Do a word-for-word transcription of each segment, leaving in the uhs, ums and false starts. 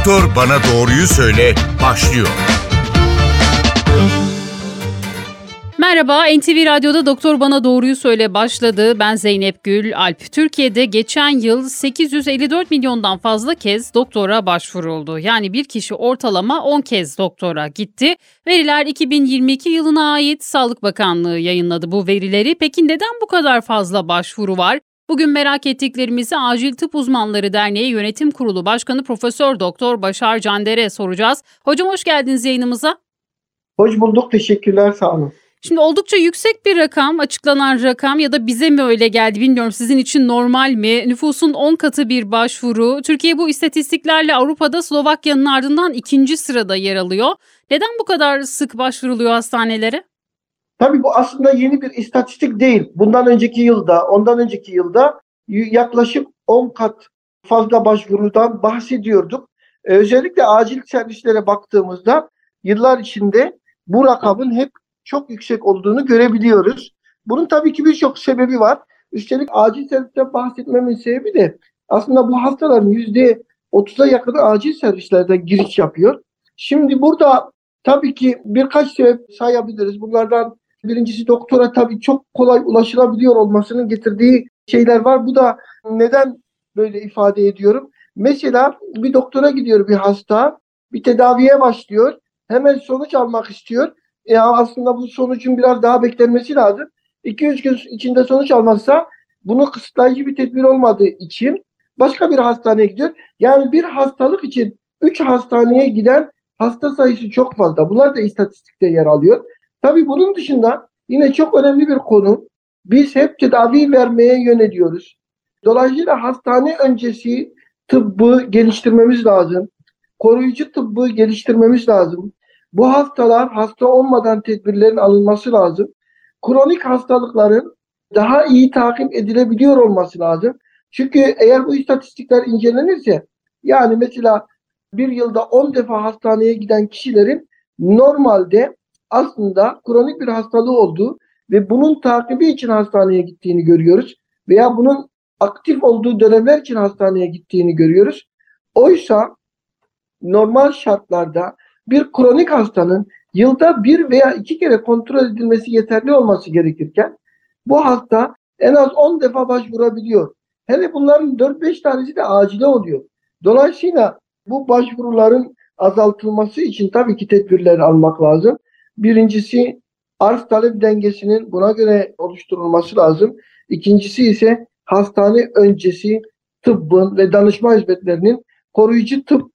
Doktor Bana Doğruyu Söyle başlıyor. Merhaba, N T V Radyo'da Doktor Bana Doğruyu Söyle başladı. Ben Zeynep Gül Alp. Türkiye'de geçen yıl sekiz yüz elli dört milyondan fazla kez doktora başvuruldu. Yani bir kişi ortalama on kez doktora gitti. Veriler iki bin yirmi iki yılına ait. Sağlık Bakanlığı yayınladı bu verileri. Peki neden bu kadar fazla başvuru var? Bugün merak ettiklerimizi Acil Tıp Uzmanları Derneği Yönetim Kurulu Başkanı Profesör Doktor Başar Cander'e soracağız. Hocam hoş geldiniz yayınımıza. Hoş bulduk, teşekkürler, sağ olun. Şimdi oldukça yüksek bir rakam, açıklanan rakam ya da bize mi öyle geldi bilmiyorum, sizin için normal mi? Nüfusun on katı bir başvuru. Türkiye bu istatistiklerle Avrupa'da Slovakya'nın ardından ikinci sırada yer alıyor. Neden bu kadar sık başvuruluyor hastanelere? Tabii bu aslında yeni bir istatistik değil. Bundan önceki yılda, ondan önceki yılda yaklaşık on kat fazla başvurudan bahsediyorduk. Ee, özellikle acil servislere baktığımızda yıllar içinde bu rakamın hep çok yüksek olduğunu görebiliyoruz. Bunun tabii ki birçok sebebi var. Üstelik acil servisten bahsetmemin sebebi de aslında bu hastaların yüzde otuza yakını acil servislerden giriş yapıyor. Şimdi burada tabii ki birkaç sebep sayabiliriz. Bunlardan birincisi doktora tabii çok kolay ulaşılabiliyor olmasının getirdiği şeyler var. Bu da neden böyle ifade ediyorum? Mesela bir doktora gidiyor bir hasta, bir tedaviye başlıyor, hemen sonuç almak istiyor. Ya aslında bu sonucun biraz daha beklenmesi lazım. iki üç gün içinde sonuç almazsa bunu kısıtlayıcı bir tedbir olmadığı için başka bir hastaneye gidiyor. Yani bir hastalık için üç hastaneye giden hasta sayısı çok fazla. Bunlar da istatistikte yer alıyor. Tabii bunun dışında yine çok önemli bir konu. Biz hep tedavi vermeye yöneliyoruz. Dolayısıyla hastane öncesi tıbbı geliştirmemiz lazım. Koruyucu tıbbı geliştirmemiz lazım. Bu hastalar hasta olmadan tedbirlerin alınması lazım. Kronik hastalıkların daha iyi takip edilebiliyor olması lazım. Çünkü eğer bu istatistikler incelenirse, yani mesela bir yılda on defa hastaneye giden kişilerin normalde aslında kronik bir hastalığı olduğu ve bunun takibi için hastaneye gittiğini görüyoruz. Veya bunun aktif olduğu dönemler için hastaneye gittiğini görüyoruz. Oysa normal şartlarda bir kronik hastanın yılda bir veya iki kere kontrol edilmesi yeterli olması gerekirken bu hasta en az on defa başvurabiliyor. Hele bunların dört beş tanesi de acile oluyor. Dolayısıyla bu başvuruların azaltılması için tabii ki tedbirler almak lazım. Birincisi arz talep dengesinin buna göre oluşturulması lazım. İkincisi ise hastane öncesi tıbbın ve danışma hizmetlerinin koruyucu tıp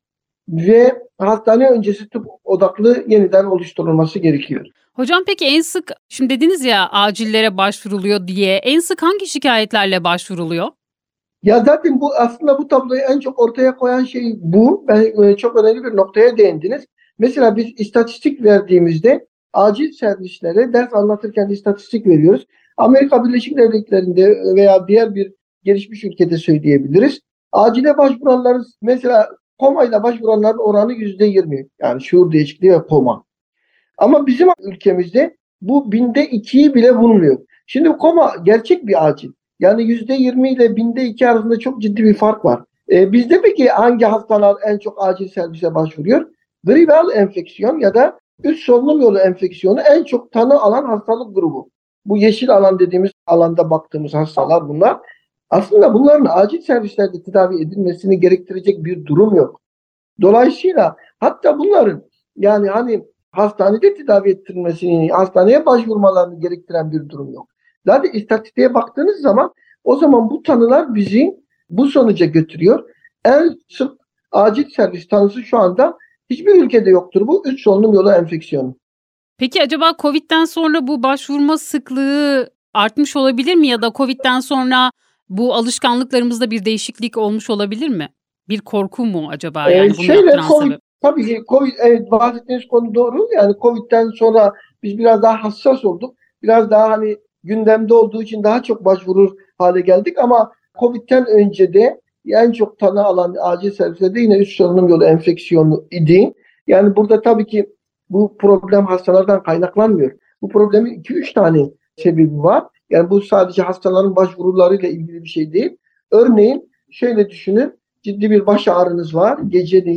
ve hastane öncesi tıp odaklı yeniden oluşturulması gerekiyor. Hocam peki en sık, şimdi dediniz ya acillere başvuruluyor diye, en sık hangi şikayetlerle başvuruluyor? Ya zaten bu aslında bu tabloyu en çok ortaya koyan şey bu. Ben, çok önemli bir noktaya değindiniz. Mesela biz istatistik verdiğimizde acil servislere ders anlatırken istatistik veriyoruz. Amerika Birleşik Devletleri'nde veya diğer bir gelişmiş ülkede söyleyebiliriz. Acile başvuranların mesela komayla başvuranların oranı yüzde yirmi. Yani şuur değişikliği ve koma. Ama bizim ülkemizde bu binde ikiyi bile bulmuyor. Şimdi koma gerçek bir acil. Yani yüzde yirmi ile binde iki arasında çok ciddi bir fark var. Ee, bizde peki hangi hastalar en çok acil servise başvuruyor? Gribal enfeksiyon ya da üst solunum yolu enfeksiyonu en çok tanı alan hastalık grubu. Bu yeşil alan dediğimiz alanda baktığımız hastalar bunlar. Aslında bunların acil servislerde tedavi edilmesini gerektirecek bir durum yok. Dolayısıyla hatta bunların yani hani hastanede tedavi ettirilmesini, hastaneye başvurmalarını gerektiren bir durum yok. Zaten istatistiğe baktığınız zaman o zaman bu tanılar bizi bu sonuca götürüyor. En sık acil servis tanısı şu anda hiçbir ülkede yoktur. Bu üst solunum yolu enfeksiyonu. Peki acaba Covid'den sonra bu başvurma sıklığı artmış olabilir mi? Ya da Covid'den sonra bu alışkanlıklarımızda bir değişiklik olmuş olabilir mi? Bir korku mu acaba, yani Ee, bunu şöyle, yaptıran COVID, sebep? tabii ki COVID, evet, bahsettiğiniz konu doğru. Yani Covid'den sonra biz biraz daha hassas olduk. Biraz daha hani gündemde olduğu için daha çok başvurur hale geldik ama Covid'den önce de en çok tanı alan acil servislerde yine üst solunum yolu enfeksiyonu idi. Yani burada tabii ki bu problem hastalardan kaynaklanmıyor. Bu problemin iki üç tane sebebi var. Yani bu sadece hastaların başvurularıyla ilgili bir şey değil. Örneğin şöyle düşünün. Ciddi bir baş ağrınız var geceleyin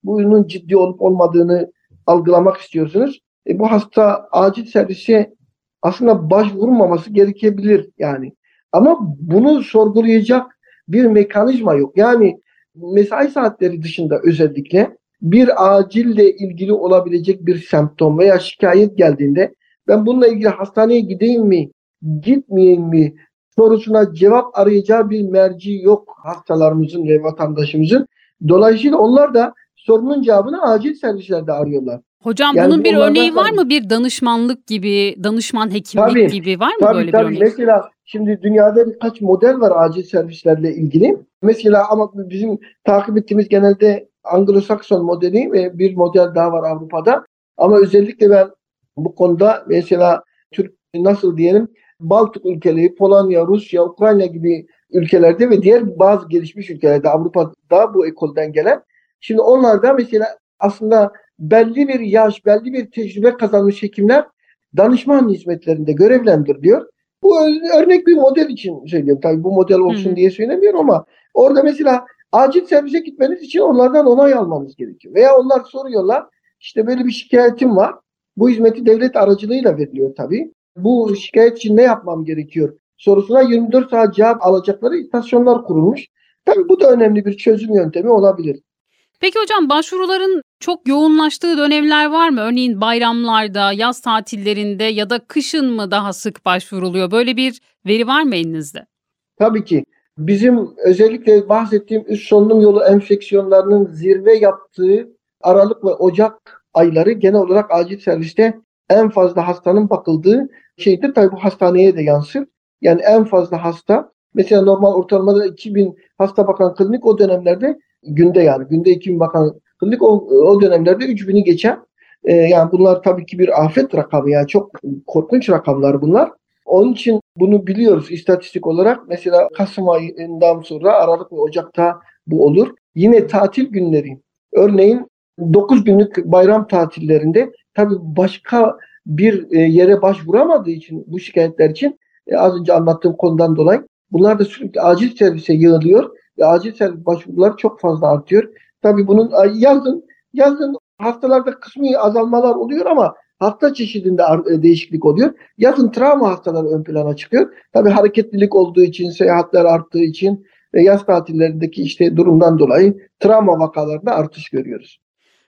bunun ciddi olup olmadığını algılamak istiyorsunuz. E, bu hasta acil servise aslında başvurmaması gerekebilir yani. Ama bunu sorgulayacak bir mekanizma yok. Yani mesai saatleri dışında özellikle bir acille ilgili olabilecek bir semptom veya şikayet geldiğinde ben bununla ilgili hastaneye gideyim mi, gitmeyeyim mi sorusuna cevap arayacağı bir merci yok hastalarımızın ve vatandaşımızın. Dolayısıyla onlar da sorunun cevabını acil servislerde arıyorlar. Hocam Yani bunun bir onlardan örneği var tabii. mı? Bir danışmanlık gibi, danışman hekimlik Tabii, gibi var mı Tabii böyle bir tabii. örnek? Mesela şimdi dünyada birkaç model var acil servislerle ilgili. Mesela ama bizim takip ettiğimiz genelde Anglo-Sakson modeli ve bir model daha var Avrupa'da. Ama özellikle ben bu konuda mesela Türk nasıl diyelim Baltık ülkeleri, Polonya, Rusya, Ukrayna gibi ülkelerde ve diğer bazı gelişmiş ülkelerde Avrupa'da bu ekolden gelen. Şimdi onlarda mesela aslında belli bir yaş, belli bir tecrübe kazanmış hekimler danışman hizmetlerinde görevlendiriliyor. Bu örnek bir model için söylüyorum. Tabii bu model olsun Hı hı. diye söylemiyorum ama orada mesela acil servise gitmeniz için onlardan onay almanız gerekiyor. Veya onlar soruyorlar işte böyle bir şikayetim var. Bu hizmeti devlet aracılığıyla veriliyor tabii. Bu şikayet için ne yapmam gerekiyor sorusuna yirmi dört saat cevap alacakları istasyonlar kurulmuş. Tabii bu da önemli bir çözüm yöntemi olabilir. Peki hocam başvuruların çok yoğunlaştığı dönemler var mı? Örneğin bayramlarda, yaz tatillerinde ya da kışın mı daha sık başvuruluyor? Böyle bir veri var mı elinizde? Tabii ki. Bizim özellikle bahsettiğim üst solunum yolu enfeksiyonlarının zirve yaptığı Aralık ve Ocak ayları genel olarak acil serviste en fazla hastanın bakıldığı şeydir. Tabii bu hastaneye de yansır. Yani en fazla hasta mesela normal ortalamada iki bin hasta bakan klinik o dönemlerde günde yani günde iki bin bakan klinik o, o dönemlerde üç bini geçen e, yani bunlar tabii ki bir afet rakamı yani çok korkunç rakamlar bunlar. Onun için bunu biliyoruz istatistik olarak. Mesela Kasım ayından sonra Aralık ve Ocak'ta bu olur. Yine tatil günleri. Örneğin dokuz günlük bayram tatillerinde tabii başka bir e, yere başvuramadığı için bu şikayetler için e, az önce anlattığım konudan dolayı bunlar da sürekli acil servise yığılıyor ve acil servis başvuruları çok fazla artıyor. Tabii bunun yazın yazın hastalarda kısmi azalmalar oluyor ama hasta çeşidinde değişiklik oluyor. Yazın travma hastaları ön plana çıkıyor. Tabii hareketlilik olduğu için, seyahatler arttığı için ve yaz tatillerindeki işte durumdan dolayı travma vakalarında artış görüyoruz.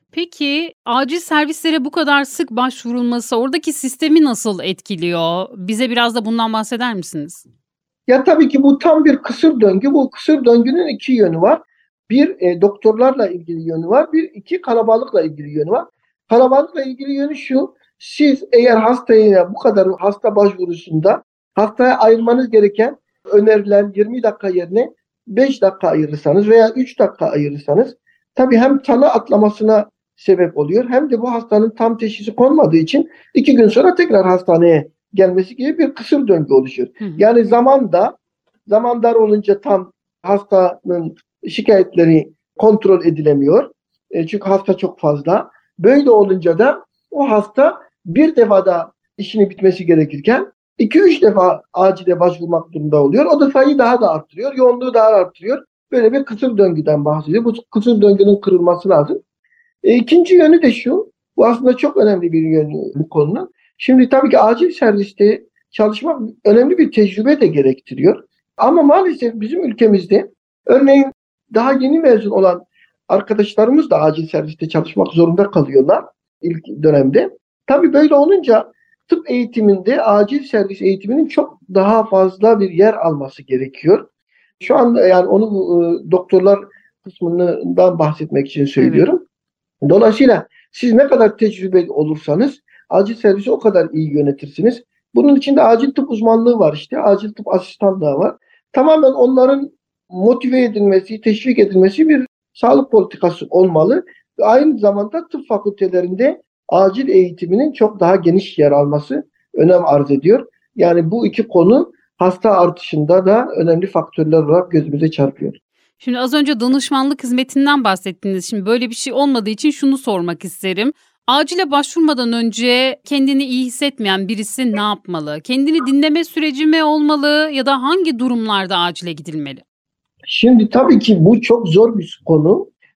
Peki acil servislere bu kadar sık başvurulması oradaki sistemi nasıl etkiliyor? Bize biraz da bundan bahseder misiniz? Ya tabii ki bu tam bir kısır döngü. Bu kısır döngünün iki yönü var. Bir e, doktorlarla ilgili yönü var. Bir iki kalabalıkla ilgili yönü var. Kalabalıkla ilgili yönü şu. Siz eğer hastaya bu kadar hasta başvurusunda hastaya ayırmanız gereken önerilen yirmi dakika yerine beş dakika ayırırsanız veya üç dakika ayırırsanız tabii hem tanı atlamasına sebep oluyor hem de bu hastanın tam teşhisi konmadığı için iki gün sonra tekrar hastaneye gelmesi gibi bir kısır döngü oluşuyor. Hı hı. Yani zamanda zaman dar olunca tam hastanın şikayetleri kontrol edilemiyor. E, çünkü hasta çok fazla. Böyle olunca da o hasta bir defada işini bitmesi gerekirken iki üç defa acile başvurmak durumunda oluyor. O da sayıyı daha da arttırıyor. Yoğunluğu daha arttırıyor. Böyle bir kısır döngüden bahsediyor. Bu kısır döngünün kırılması lazım. E, ikinci yönü de şu. Bu aslında çok önemli bir yönü bu konunun. Şimdi tabii ki acil serviste çalışmak önemli bir tecrübe de gerektiriyor. Ama maalesef bizim ülkemizde örneğin daha yeni mezun olan arkadaşlarımız da acil serviste çalışmak zorunda kalıyorlar ilk dönemde. Tabii böyle olunca tıp eğitiminde acil servis eğitiminin çok daha fazla bir yer alması gerekiyor. Şu an yani onu e, doktorlar kısmından bahsetmek için söylüyorum. Evet. Dolayısıyla siz ne kadar tecrübeli olursanız acil servisi o kadar iyi yönetirsiniz. Bunun içinde acil tıp uzmanlığı var işte. Acil tıp asistanlığı var. Tamamen onların motive edilmesi, teşvik edilmesi bir sağlık politikası olmalı. Ve aynı zamanda tıp fakültelerinde acil eğitiminin çok daha geniş yer alması önem arz ediyor. Yani bu iki konu hasta artışında da önemli faktörler olarak gözümüze çarpıyor. Şimdi az önce danışmanlık hizmetinden bahsettiniz. Şimdi böyle bir şey olmadığı için şunu sormak isterim. Acile başvurmadan önce kendini iyi hissetmeyen birisi ne yapmalı? Kendini dinleme süreci mi olmalı ya da hangi durumlarda acile gidilmeli? Şimdi tabii ki bu çok zor bir konu.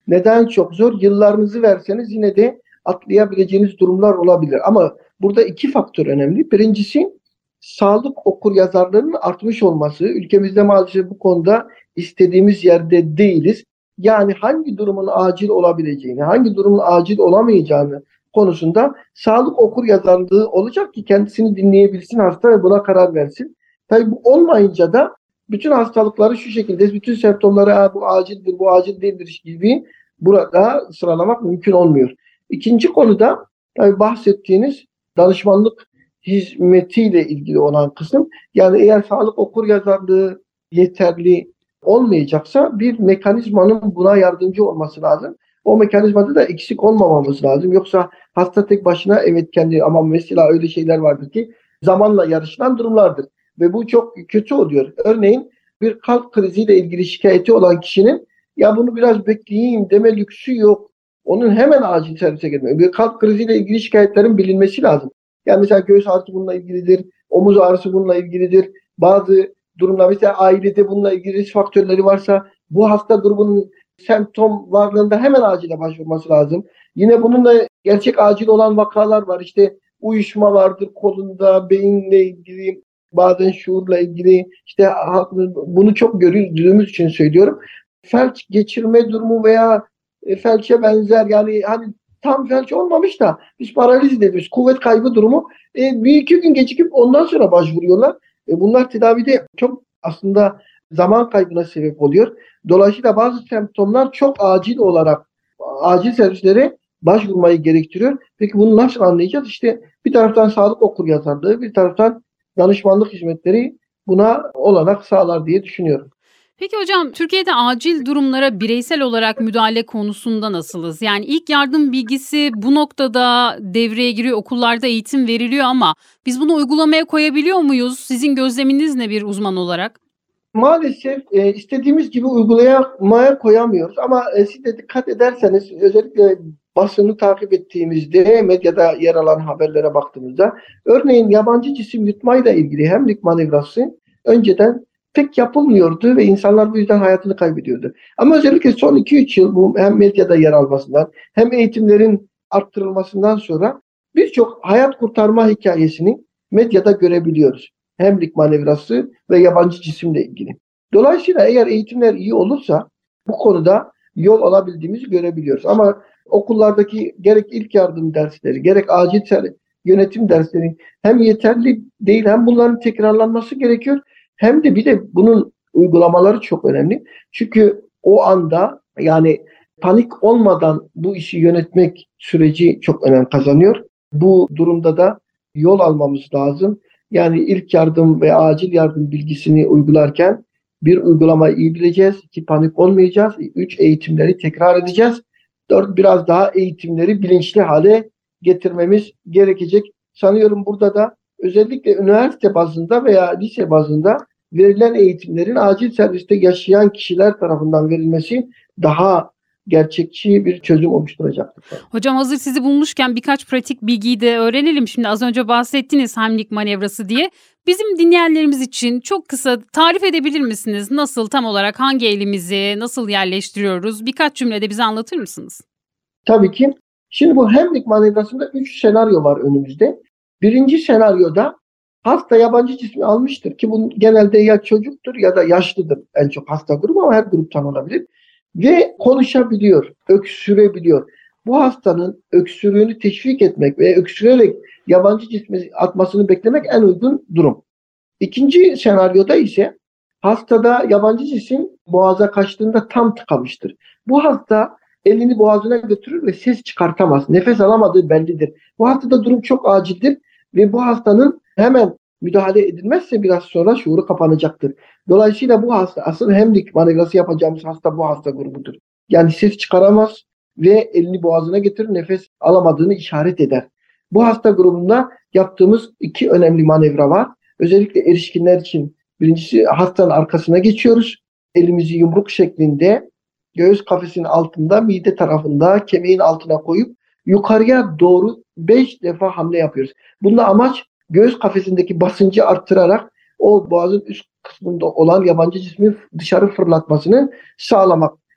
Neden çok zor? Yıllarınızı verseniz yine de atlayabileceğiniz durumlar olabilir. Ama burada iki faktör önemli. Birincisi sağlık okuryazarlığının artmış olması. Ülkemizde maalesef bu konuda istediğimiz yerde değiliz. Yani hangi durumun acil olabileceğini, hangi durumun acil olamayacağını konusunda sağlık okuryazarlığı olacak ki kendisini dinleyebilsin hasta ve buna karar versin. Tabii bu olmayınca da bütün hastalıkları şu şekilde, bütün semptomları bu acildir, bu acil değildir gibi burada sıralamak mümkün olmuyor. İkinci konuda tabii bahsettiğiniz danışmanlık hizmetiyle ilgili olan kısım. Yani eğer sağlık okuryazarlığı yeterli olmayacaksa bir mekanizmanın buna yardımcı olması lazım. O mekanizmada da eksik olmamamız lazım. Yoksa hasta tek başına evet kendi ama mesela öyle şeyler vardır ki zamanla yarışılan durumlardır. Ve bu çok kötü oluyor. Örneğin bir kalp kriziyle ilgili şikayeti olan kişinin ya bunu biraz bekleyeyim deme lüksü yok. Onun hemen acil servise gitmesi. Bir kalp kriziyle ilgili şikayetlerin bilinmesi lazım. Yani mesela göğüs ağrısı bununla ilgilidir, omuz ağrısı bununla ilgilidir. Bazı durumlar mesela ailede bununla ilgili risk faktörleri varsa bu hasta grubunun semptom varlığında hemen acile başvurması lazım. Yine bununla gerçek acil olan vakalar var. İşte uyuşma vardır kolunda, beyinle ilgili, bazen şuurla ilgili. İşte bunu çok gördüğümüz için söylüyorum. Felç geçirme durumu veya felçe benzer yani hani tam felç olmamış da biz paraliz dediğimiz kuvvet kaybı durumu e, bir iki gün gecikip ondan sonra başvuruyorlar. E, bunlar tedavide çok aslında zaman kaybına sebep oluyor. Dolayısıyla bazı semptomlar çok acil olarak acil servislere başvurmayı gerektiriyor. Peki bunu nasıl anlayacağız? İşte bir taraftan sağlık okuryazarlığı, bir taraftan danışmanlık hizmetleri buna olanak sağlar diye düşünüyorum. Peki hocam, Türkiye'de acil durumlara bireysel olarak müdahale konusunda nasılız? Yani ilk yardım bilgisi bu noktada devreye giriyor, okullarda eğitim veriliyor ama biz bunu uygulamaya koyabiliyor muyuz? Sizin gözleminiz ne bir uzman olarak? Maalesef e, istediğimiz gibi uygulamaya koyamıyoruz ama e, siz de dikkat ederseniz özellikle basını takip ettiğimizde medyada yer alan haberlere baktığımızda örneğin yabancı cisim yutmayla ilgili hemlik manevrası önceden pek yapılmıyordu ve insanlar bu yüzden hayatını kaybediyordu. Ama özellikle son iki üç yıl bu hem medyada yer almasından hem eğitimlerin arttırılmasından sonra birçok hayat kurtarma hikayesini medyada görebiliyoruz. Hemlik manevrası ve yabancı cisimle ilgili. Dolayısıyla eğer eğitimler iyi olursa bu konuda yol alabildiğimizi görebiliyoruz. Ama okullardaki gerek ilk yardım dersleri, gerek acil yönetim dersleri hem yeterli değil hem bunların tekrarlanması gerekiyor. Hem de bir de bunun uygulamaları çok önemli. Çünkü o anda yani panik olmadan bu işi yönetmek süreci çok önem kazanıyor. Bu durumda da yol almamız lazım. Yani ilk yardım ve acil yardım bilgisini uygularken bir uygulamayı iyi bileceğiz. İki panik olmayacağız. Üç eğitimleri tekrar edeceğiz. Dört biraz daha eğitimleri bilinçli hale getirmemiz gerekecek. Sanıyorum burada da özellikle üniversite bazında veya lise bazında verilen eğitimlerin acil serviste yaşayan kişiler tarafından verilmesi daha gerçekçi bir çözüm oluşturacaktır. Hocam hazır sizi bulmuşken birkaç pratik bilgiyi de öğrenelim. Şimdi az önce bahsettiniz Heimlich manevrası diye. Bizim dinleyenlerimiz için çok kısa tarif edebilir misiniz? Nasıl tam olarak hangi elimizi nasıl yerleştiriyoruz? Birkaç cümlede bize anlatır mısınız? Tabii ki. Şimdi bu Heimlich manevrasında üç senaryo var önümüzde. Birinci senaryoda hasta yabancı cismi almıştır ki bu genelde ya çocuktur ya da yaşlıdır en çok hasta grubu ama her gruptan olabilir. Ve konuşabiliyor, öksürebiliyor. Bu hastanın öksürüğünü teşvik etmek ve öksürerek yabancı cismi atmasını beklemek en uygun durum. İkinci senaryoda ise hastada yabancı cisim boğaza kaçtığında tam tıkamıştır. Bu hasta elini boğazına götürür ve ses çıkartamaz. Nefes alamadığı bellidir. Bu hastada durum çok acildir ve bu hastanın hemen müdahale edilmezse biraz sonra şuuru kapanacaktır. Dolayısıyla bu hasta asıl Heimlich manevrası yapacağımız hasta bu hasta grubudur. Yani ses çıkaramaz ve elini boğazına getirir, nefes alamadığını işaret eder. Bu hasta grubunda yaptığımız iki önemli manevra var. Özellikle erişkinler için birincisi hastanın arkasına geçiyoruz. Elimizi yumruk şeklinde göğüs kafesinin altında, mide tarafında, kemiğin altına koyup yukarıya doğru beş defa hamle yapıyoruz. Bunda amaç göğüs kafesindeki basıncı arttırarak o boğazın üst kısmında olan yabancı cismi dışarı fırlatmasını sağlamak.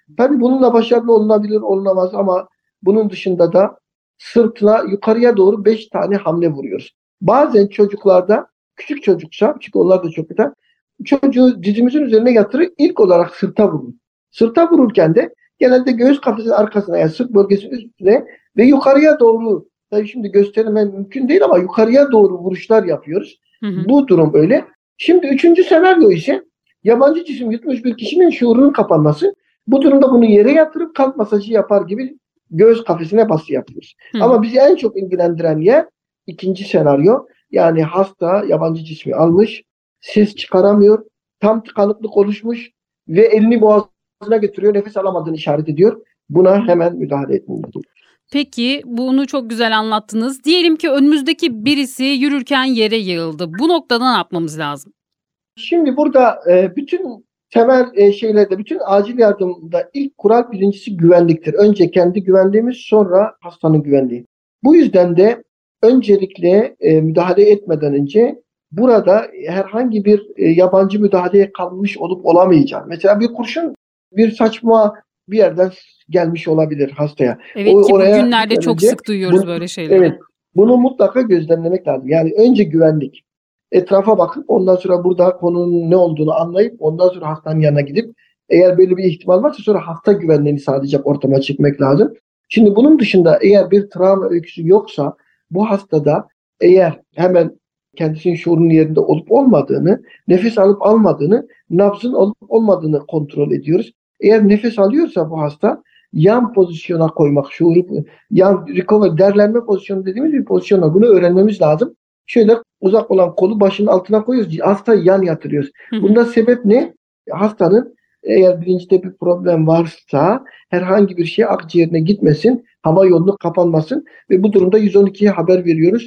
Tabii bununla başarılı olunabilir, olunamaz ama bunun dışında da sırtına yukarıya doğru beş tane hamle vuruyoruz. Bazen çocuklarda, küçük çocuksa, çünkü onlar da çok güzel, çocuğu dizimizin üzerine yatırır, ilk olarak sırta vurur. Sırta vururken de genelde göğüs kafesinin arkasına, yani sırt bölgesinin üstüne ve yukarıya doğru, tabii şimdi göstermem mümkün değil ama yukarıya doğru vuruşlar yapıyoruz. Hı hı. Bu durum öyle. Şimdi üçüncü senaryo ise yabancı cisim yutmuş bir kişinin şuurunun kapanması. Bu durumda bunu yere yatırıp kalp masajı yapar gibi göğüs kafesine bası yapıyoruz. Hı. Ama bizi en çok ilgilendiren yer ikinci senaryo. Yani hasta yabancı cismi almış, ses çıkaramıyor, tam tıkanıklık oluşmuş ve elini boğazına götürüyor, nefes alamadığını işaret ediyor. Buna hemen müdahale etmeliyiz. Peki bunu çok güzel anlattınız. Diyelim ki önümüzdeki birisi yürürken yere yığıldı. Bu noktada ne yapmamız lazım? Şimdi burada e, bütün temel e, şeylerde, bütün acil yardımda ilk kural birincisi güvenliktir. Önce kendi güvenliğimiz, sonra hastanın güvenliği. Bu yüzden de öncelikle e, müdahale etmeden önce burada herhangi bir e, yabancı müdahaleye kalmış olup olamayacağını. Mesela bir kurşun bir saçma bir yerden gelmiş olabilir hastaya. Evet O- ki oraya bugünlerde çok önce sık duyuyoruz bunu- böyle şeyleri. Evet, bunu mutlaka gözlemlemek lazım. Yani önce güvenlik. Etrafa bakıp ondan sonra burada konunun ne olduğunu anlayıp ondan sonra hastanın yanına gidip eğer böyle bir ihtimal varsa sonra hasta güvenliğini sağlayacak ortama çıkmak lazım. Şimdi bunun dışında eğer bir travma öyküsü yoksa bu hastada eğer hemen kendisinin şuurunun yerinde olup olmadığını, nefes alıp almadığını, nabzın olup olmadığını kontrol ediyoruz. Eğer nefes alıyorsa bu hasta yan pozisyona koymak, şuuru, yan recover, derlenme pozisyonu dediğimiz bir pozisyon var. Bunu öğrenmemiz lazım. Şöyle uzak olan kolu başının altına koyuyoruz. Hasta yan yatırıyoruz. Hı hı. Bunda sebep ne? Hastanın eğer bilincinde bir problem varsa herhangi bir şey akciğerine gitmesin, hava yolunu kapanmasın ve bu durumda yüz on ikiye haber veriyoruz.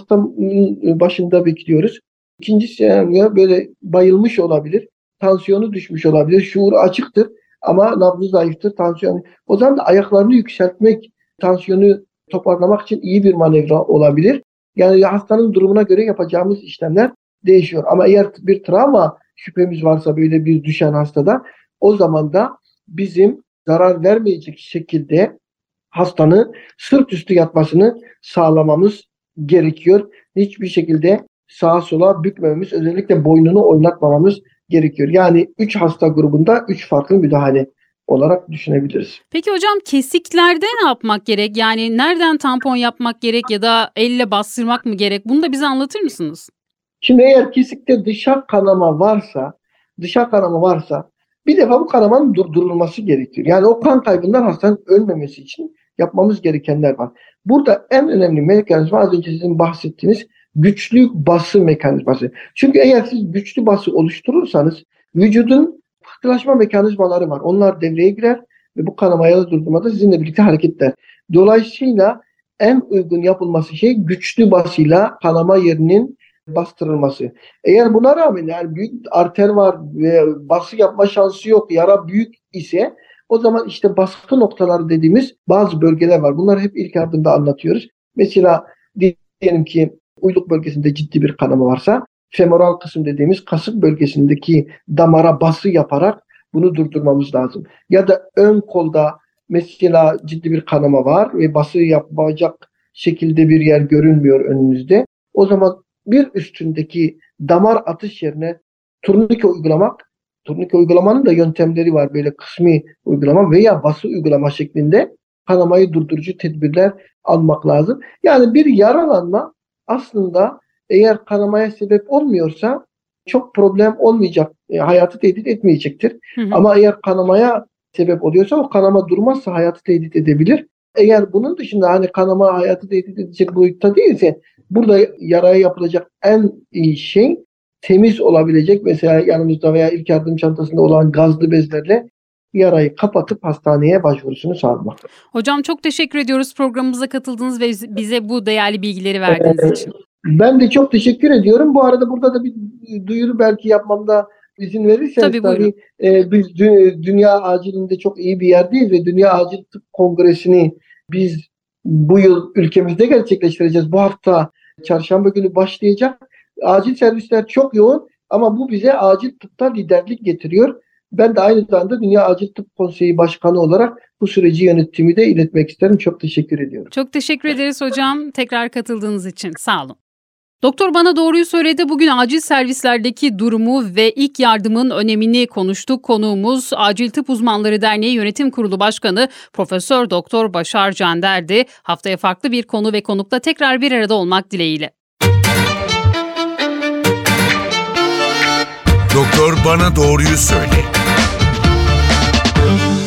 Hastanın başında bekliyoruz. İkinci senaryo böyle bayılmış olabilir, tansiyonu düşmüş olabilir, şuuru açıktır ama nabzı zayıftır, tansiyon. O zaman da ayaklarını yükseltmek, tansiyonu toparlamak için iyi bir manevra olabilir. Yani hastanın durumuna göre yapacağımız işlemler değişiyor. Ama eğer bir travma şüphemiz varsa böyle bir düşen hastada o zaman da bizim zarar vermeyecek şekilde hastanın sırt üstü yatmasını sağlamamız gerekiyor. Hiçbir şekilde sağa sola bükmememiz, özellikle boynunu oynatmamamız gerekiyor. Yani üç hasta grubunda üç farklı müdahale olarak düşünebiliriz. Peki hocam kesiklerde ne yapmak gerek? Yani nereden tampon yapmak gerek ya da elle bastırmak mı gerek? Bunu da bize anlatır mısınız? Şimdi eğer kesikte dışa kanama varsa, dışa kanama varsa bir defa bu kanamanın durdurulması gerekiyor. Yani o kan kaybından hastanın ölmemesi için yapmamız gerekenler var. Burada en önemli mekanizma az önce sizin bahsettiğiniz güçlü bası mekanizması. Çünkü eğer siz güçlü bası oluşturursanız vücudun pıhtılaşma mekanizmaları var. Onlar devreye girer ve bu kanamayı durdurmada sizinle birlikte hareket eder. Dolayısıyla en uygun yapılması şey güçlü basıyla kanama yerinin bastırılması. Eğer buna rağmen yani büyük arter var ve bası yapma şansı yok, yara büyük ise o zaman işte baskı noktaları dediğimiz bazı bölgeler var. Bunları hep ilk yardımda anlatıyoruz. Mesela diyelim ki uyluk bölgesinde ciddi bir kanama varsa femoral kısım dediğimiz kasık bölgesindeki damara bası yaparak bunu durdurmamız lazım. Ya da ön kolda mesela ciddi bir kanama var ve bası yapacak şekilde bir yer görünmüyor önünüzde. O zaman bir üstündeki damar atış yerine turnike uygulamak, turnike uygulamanın da yöntemleri var. Böyle kısmi uygulama veya bası uygulama şeklinde kanamayı durdurucu tedbirler almak lazım. Yani bir yaralanma aslında eğer kanamaya sebep olmuyorsa çok problem olmayacak, e, hayatı tehdit etmeyecektir. Hı hı. Ama eğer kanamaya sebep oluyorsa o kanama durmazsa hayatı tehdit edebilir. Eğer bunun dışında hani kanama hayatı tehdit edecek boyutta değilse burada yaraya yapılacak en iyi şey temiz olabilecek mesela yanımızda veya ilk yardım çantasında olan gazlı bezlerle yarayı kapatıp hastaneye başvurusunu sağlamak. Hocam çok teşekkür ediyoruz programımıza katıldığınız ve bize bu değerli bilgileri verdiğiniz Ee, için. Ben de çok teşekkür ediyorum. Bu arada burada da bir duyuru belki yapmamda izin verirseniz Tabii, buyurun. tabii e, biz dü- dünya acilinde çok iyi bir yerdeyiz ve Dünya Acil Tıp Kongresi'ni biz bu yıl ülkemizde gerçekleştireceğiz. Bu hafta çarşamba günü başlayacak. Acil servisler çok yoğun ama bu bize acil tıpta liderlik getiriyor. Ben de aynı zamanda Dünya Acil Tıp Konseyi Başkanı olarak bu süreci yönetimi de iletmek isterim. Çok teşekkür ediyorum. Çok teşekkür ederiz hocam tekrar katıldığınız için. Sağ olun. Doktor Bana Doğruyu Söyledi. Bugün acil servislerdeki durumu ve ilk yardımın önemini konuştuk. Konuğumuz Acil Tıp Uzmanları Derneği Yönetim Kurulu Başkanı Profesör Doktor Başar Cander'di. Haftaya farklı bir konu ve konukla tekrar bir arada olmak dileğiyle. Doktor Bana Doğruyu Söyle.